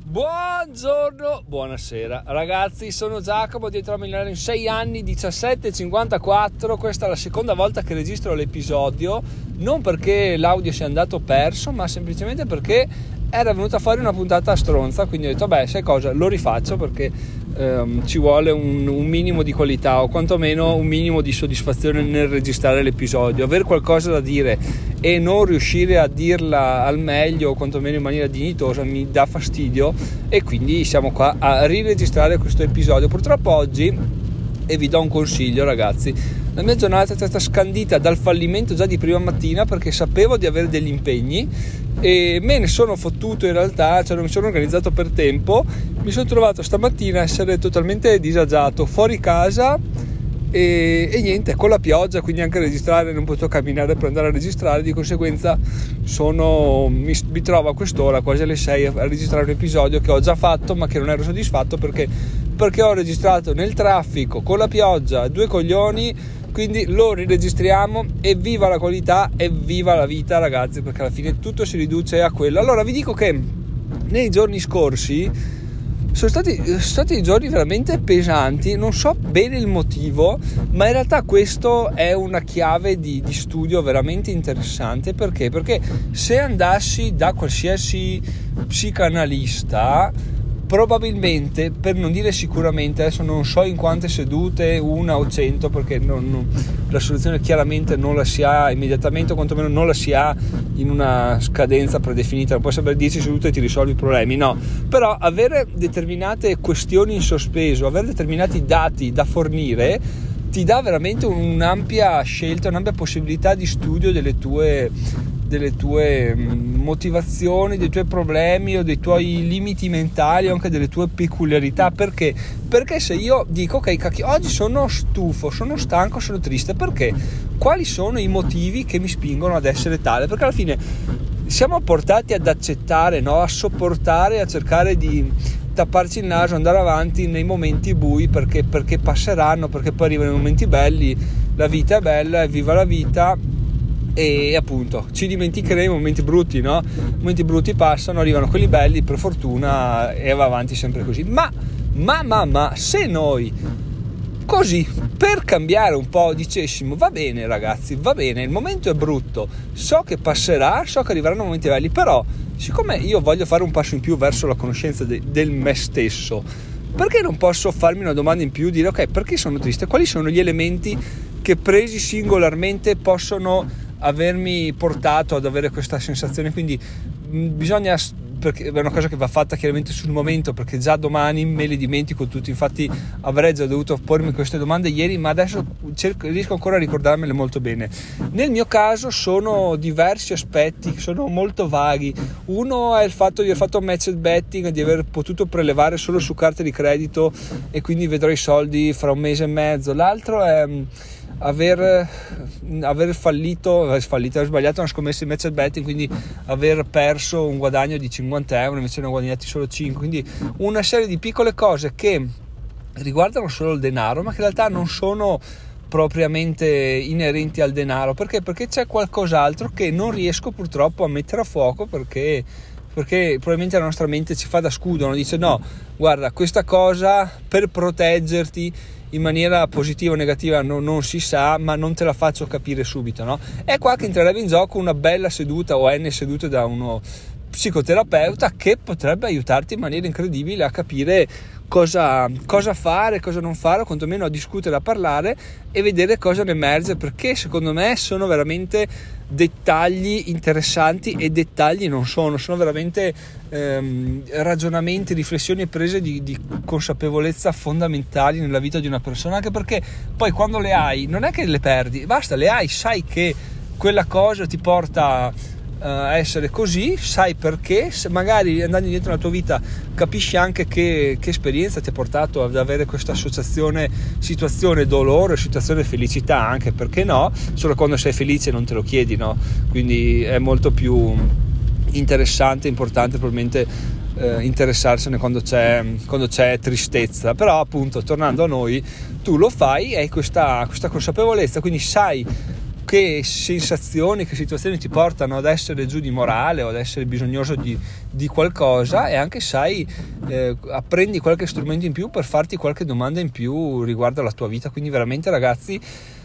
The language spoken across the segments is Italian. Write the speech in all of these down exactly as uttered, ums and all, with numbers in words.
Buongiorno, buonasera ragazzi, sono Giacomo, dietro a Milano in sei anni, diciassette e cinquantaquattro. Questa è la seconda volta che registro l'episodio, non perché l'audio sia andato perso, ma semplicemente perché era venuta fuori una puntata stronza, quindi ho detto beh, sai cosa, lo rifaccio perché ehm, ci vuole un, un minimo di qualità o quantomeno un minimo di soddisfazione nel registrare l'episodio. Aver qualcosa da dire e non riuscire a dirla al meglio o quantomeno in maniera dignitosa mi dà fastidio, e quindi siamo qua a riregistrare questo episodio. Purtroppo oggi, e vi do un consiglio ragazzi, la mia giornata è stata scandita dal fallimento già di prima mattina, perché sapevo di avere degli impegni e me ne sono fottuto in realtà, cioè non mi sono organizzato per tempo. Mi sono trovato stamattina a essere totalmente disagiato fuori casa e, e niente, con la pioggia, quindi anche registrare non potevo camminare per andare a registrare, di conseguenza sono mi, mi trovo a quest'ora quasi alle sei a, a registrare un episodio che ho già fatto ma che non ero soddisfatto perché perché ho registrato nel traffico con la pioggia, due coglioni, quindi lo riregistriamo e viva la qualità e viva la vita ragazzi, perché alla fine tutto si riduce a quello. Allora vi dico che nei giorni scorsi sono stati, sono stati giorni veramente pesanti, non so bene il motivo, ma in realtà questo è una chiave di, di studio veramente interessante. Perché? Perché se andassi da qualsiasi psicanalista, probabilmente, per non dire sicuramente, adesso non so in quante sedute, una o cento, perché non, non, la soluzione chiaramente non la si ha immediatamente, o quantomeno non la si ha in una scadenza predefinita, non puoi sapere dieci sedute e ti risolvi i problemi, no, però avere determinate questioni in sospeso, avere determinati dati da fornire ti dà veramente un'ampia scelta, un'ampia possibilità di studio delle tue delle tue motivazioni, dei tuoi problemi o dei tuoi limiti mentali o anche delle tue peculiarità. Perché? Perché se io dico ok cacchio, oggi sono stufo, sono stanco, sono triste, perché? Quali sono i motivi che mi spingono ad essere tale? Perché alla fine siamo portati ad accettare, no? A sopportare, a cercare di tapparci il naso, andare avanti nei momenti bui perché, perché passeranno, perché poi arrivano i momenti belli, la vita è bella e viva la vita. E appunto ci dimenticheremo i momenti brutti, no? I momenti brutti passano, arrivano quelli belli per fortuna e va avanti sempre così. Ma, ma, ma, ma se noi così per cambiare un po' dicessimo va bene ragazzi, va bene, il momento è brutto, so che passerà, so che arriveranno momenti belli, però siccome io voglio fare un passo in più verso la conoscenza de- del me stesso, perché non posso farmi una domanda in più, dire ok, perché sono triste? Quali sono gli elementi che presi singolarmente possono avermi portato ad avere questa sensazione? Quindi mh, bisogna, perché è una cosa che va fatta chiaramente sul momento, perché già domani me li dimentico tutti, infatti avrei già dovuto pormi queste domande ieri, ma adesso cerco, riesco ancora a ricordarmele molto bene. Nel mio caso sono diversi aspetti, sono molto vaghi. Uno è il fatto di aver fatto match betting, di aver potuto prelevare solo su carte di credito e quindi vedrò i soldi fra un mese e mezzo. L'altro è aver, aver fallito, aver fallito, aver sbagliato una scommessa in match betting, quindi aver perso un guadagno di cinquanta euro, invece ne ho guadagnati solo cinque. Quindi una serie di piccole cose che riguardano solo il denaro, ma che in realtà non sono propriamente inerenti al denaro. Perché? Perché c'è qualcos'altro che non riesco purtroppo a mettere a fuoco, perché perché probabilmente la nostra mente ci fa da scudo, no? Dice no, guarda, questa cosa per proteggerti in maniera positiva o negativa no, non si sa, ma non te la faccio capire subito, no? È qua che entrerebbe in gioco una bella seduta o n sedute da uno psicoterapeuta che potrebbe aiutarti in maniera incredibile a capire cosa, cosa fare, cosa non fare, o quantomeno a discutere, a parlare e vedere cosa ne emerge, perché secondo me sono veramente dettagli interessanti, e dettagli non sono, sono veramente ehm, ragionamenti, riflessioni e prese di, di consapevolezza fondamentali nella vita di una persona, anche perché poi quando le hai non è che le perdi, basta, le hai, sai che quella cosa ti porta a essere così, sai perché, se magari andando indietro nella tua vita capisci anche che, che esperienza ti ha portato ad avere questa associazione situazione dolore, situazione felicità, anche perché no, solo quando sei felice non te lo chiedi, no? Quindi è molto più interessante, importante probabilmente eh, interessarsene quando c'è, quando c'è tristezza. Però appunto, tornando a noi, tu lo fai e hai questa, questa consapevolezza, quindi sai che sensazioni, che situazioni ti portano ad essere giù di morale o ad essere bisognoso di, di qualcosa, e anche sai eh, apprendi qualche strumento in più per farti qualche domanda in più riguardo alla tua vita. Quindi veramente, ragazzi,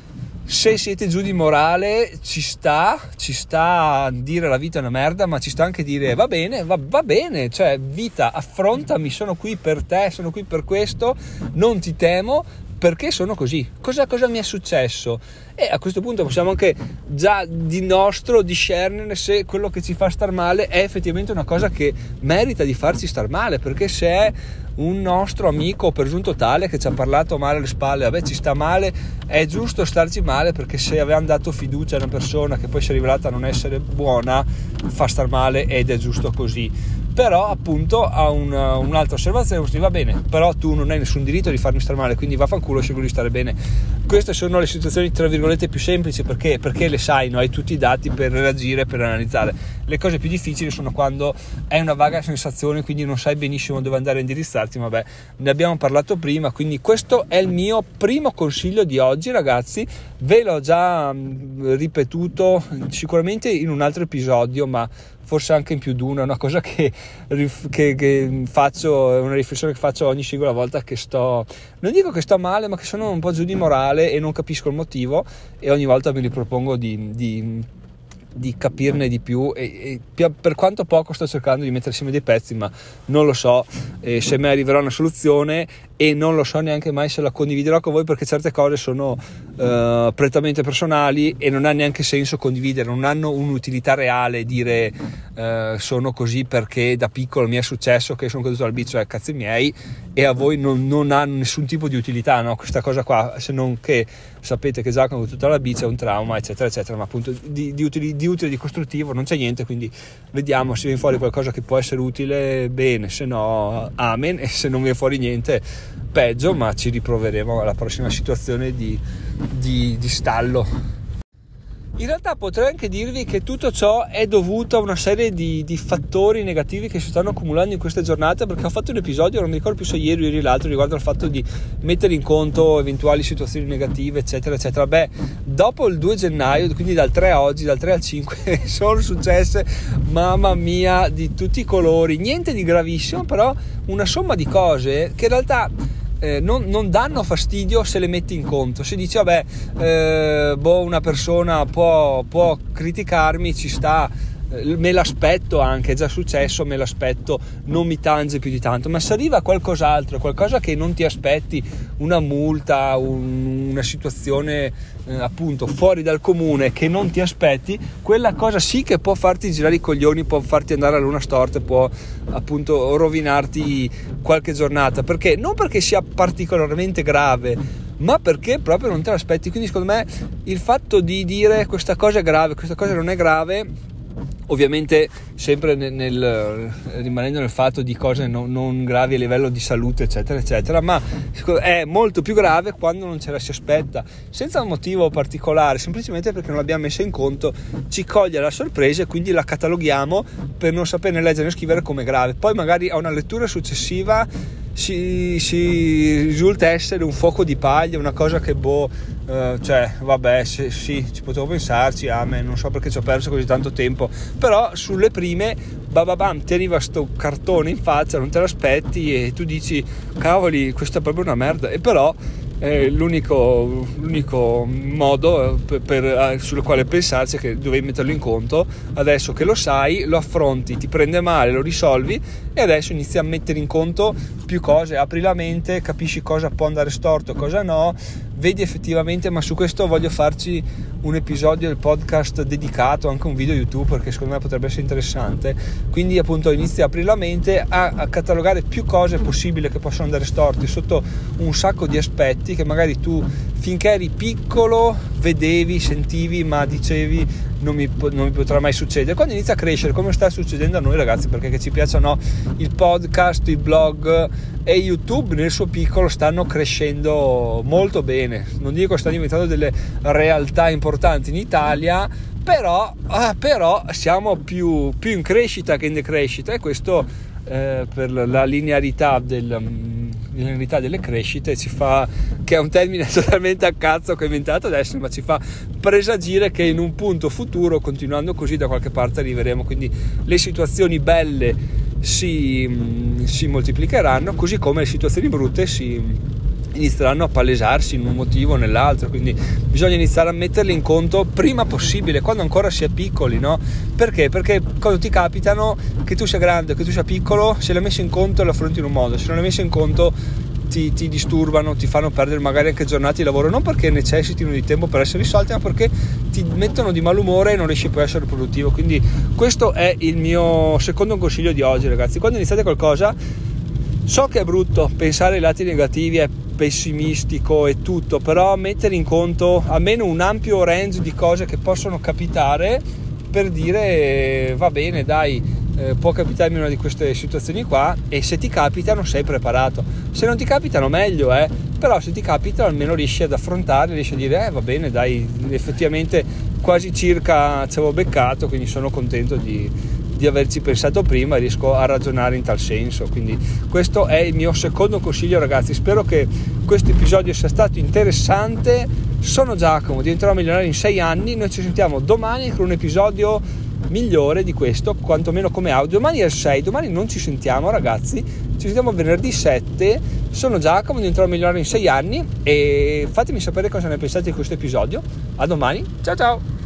se siete giù di morale, ci sta ci sta a dire la vita è una merda, ma ci sta anche dire va bene, va, va bene, cioè vita, affrontami, sono qui per te, sono qui per questo, non ti temo perché sono così. Cosa, cosa mi è successo? E a questo punto possiamo anche già di nostro discernere se quello che ci fa star male è effettivamente una cosa che merita di farci star male, perché se è un nostro amico presunto tale che ci ha parlato male alle spalle, vabbè, ci sta male, è giusto starci male, perché se avevamo dato fiducia a una persona che poi si è rivelata non essere buona, fa star male ed è giusto così. Però appunto ha un, un'altra osservazione, va bene, però tu non hai nessun diritto di farmi star male, quindi vaffanculo, scegli di stare bene. Queste sono le situazioni tra virgolette più semplici, perché, perché le sai, no? Hai tutti i dati per reagire, per analizzare. Le cose più difficili sono quando hai una vaga sensazione, quindi non sai benissimo dove andare a indirizzarti. Vabbè, ne abbiamo parlato prima, quindi questo è il mio primo consiglio di oggi, ragazzi. Ve l'ho già ripetuto sicuramente in un altro episodio, ma forse anche in più di uno. È una cosa che, che, che faccio, è una riflessione che faccio ogni singola volta che sto, non dico che sto male, ma che sono un po' giù di morale e non capisco il motivo, e ogni volta mi ripropongo di, di, di capirne di più, e, e per quanto poco sto cercando di mettere insieme dei pezzi, ma non lo so eh, se mai arriverà una soluzione, e non lo so neanche mai se la condividerò con voi, perché certe cose sono uh, prettamente personali e non ha neanche senso condividere, non hanno un'utilità reale dire uh, sono così perché da piccolo mi è successo che sono caduto dal bici, cioè cazzi miei, e a voi non, non ha nessun tipo di utilità, no? Questa cosa qua, se non che sapete che Giacomo con tutta la bici è un trauma, eccetera eccetera, ma appunto di, di, utili, di utile, di costruttivo non c'è niente. Quindi vediamo se viene fuori qualcosa che può essere utile, bene, se no amen, e se non viene fuori niente peggio, ma ci riproveremo alla prossima situazione di, di, di stallo. In realtà potrei anche dirvi che tutto ciò è dovuto a una serie di, di fattori negativi che si stanno accumulando in queste giornate, perché ho fatto un episodio, non mi ricordo più se ieri o ieri l'altro, riguardo al fatto di mettere in conto eventuali situazioni negative, eccetera eccetera. Beh, dopo il due gennaio, quindi dal tre a oggi, dal tre al cinque, sono successe, mamma mia, di tutti i colori, niente di gravissimo, però una somma di cose che in realtà Eh, non, non danno fastidio se le metti in conto. Si dice vabbè, eh, boh, una persona può, può criticarmi, ci sta, eh, me l'aspetto, anche è già successo, me l'aspetto, non mi tange più di tanto. Ma se arriva qualcos'altro, qualcosa che non ti aspetti, una multa, un, una situazione eh, appunto fuori dal comune che non ti aspetti, quella cosa sì che può farti girare i coglioni, può farti andare a luna storta, può appunto rovinarti qualche giornata, perché non perché sia particolarmente grave, ma perché proprio non te l'aspetti. Quindi secondo me il fatto di dire questa cosa è grave, questa cosa non è grave, ovviamente sempre nel, nel rimanendo nel fatto di cose non, non gravi a livello di salute, eccetera eccetera, ma è molto più grave quando non ce la si aspetta, senza un motivo particolare, semplicemente perché non l'abbiamo messa in conto, ci coglie la sorpresa e quindi la cataloghiamo per non saperne leggere né scrivere come grave. Poi magari a una lettura successiva si, si risulta essere un fuoco di paglia, una cosa che boh, uh, cioè vabbè, se, sì, ci potevo pensarci, amen, non so perché ci ho perso così tanto tempo, però sulle prime bababam ti arriva sto cartone in faccia, non te l'aspetti e tu dici cavoli, questa è proprio una merda. E però eh, l'unico, l'unico modo per, per, sul quale pensarci è che dovevi metterlo in conto. Adesso che lo sai, lo affronti, ti prende male, lo risolvi, e adesso inizi a mettere in conto più cose, apri la mente, capisci cosa può andare storto, cosa no, vedi effettivamente. Ma su questo voglio farci un episodio del podcast dedicato, anche un video YouTube, perché secondo me potrebbe essere interessante. Quindi appunto inizi a aprire la mente, a, a catalogare più cose possibili che possono andare storte sotto un sacco di aspetti che magari tu finché eri piccolo vedevi, sentivi, ma dicevi non mi, non mi potrà mai succedere. Quando inizia a crescere, come sta succedendo a noi ragazzi, perché che ci piacciono il podcast, il blog e YouTube nel suo piccolo stanno crescendo molto bene, non dico stanno diventando delle realtà importanti in Italia, però, ah, però siamo più, più in crescita che in decrescita, e questo eh, per la linearità del, linearità delle crescite ci fa, che è un termine totalmente a cazzo che ho inventato adesso, ma ci fa presagire che in un punto futuro, continuando così, da qualche parte arriveremo, quindi le situazioni belle si, si moltiplicheranno, così come le situazioni brutte si inizieranno a palesarsi in un motivo o nell'altro, quindi bisogna iniziare a metterli in conto prima possibile, quando ancora si è piccoli, no? Perché? Perché quando ti capitano, che tu sia grande, che tu sia piccolo, se le hai messe in conto le affronti in un modo, se non le hai messe in conto ti, ti disturbano, ti fanno perdere magari anche giornate di lavoro, non perché necessitino di tempo per essere risolte, ma perché ti mettono di malumore e non riesci poi a essere produttivo. Quindi questo è il mio secondo consiglio di oggi, ragazzi. Quando iniziate qualcosa, so che è brutto pensare ai lati negativi, è pessimistico e tutto, però mettere in conto almeno un ampio range di cose che possono capitare, per dire va bene, dai, eh, può capitarmi una di queste situazioni qua, e se ti capitano sei preparato. Se non ti capitano meglio, eh però se ti capitano almeno riesci ad affrontarle, riesci a dire eh va bene, dai, effettivamente quasi circa ci avevo beccato, quindi sono contento di di averci pensato prima e riesco a ragionare in tal senso. Quindi questo è il mio secondo consiglio, ragazzi. Spero che questo episodio sia stato interessante. Sono Giacomo, diventerò milionario in sei anni. Noi ci sentiamo domani con un episodio migliore di questo, quantomeno come audio. Domani è il sei, domani non ci sentiamo, ragazzi, ci sentiamo venerdì sette. Sono Giacomo, diventerò milionario in sei anni, e fatemi sapere cosa ne pensate di questo episodio. A domani, ciao ciao.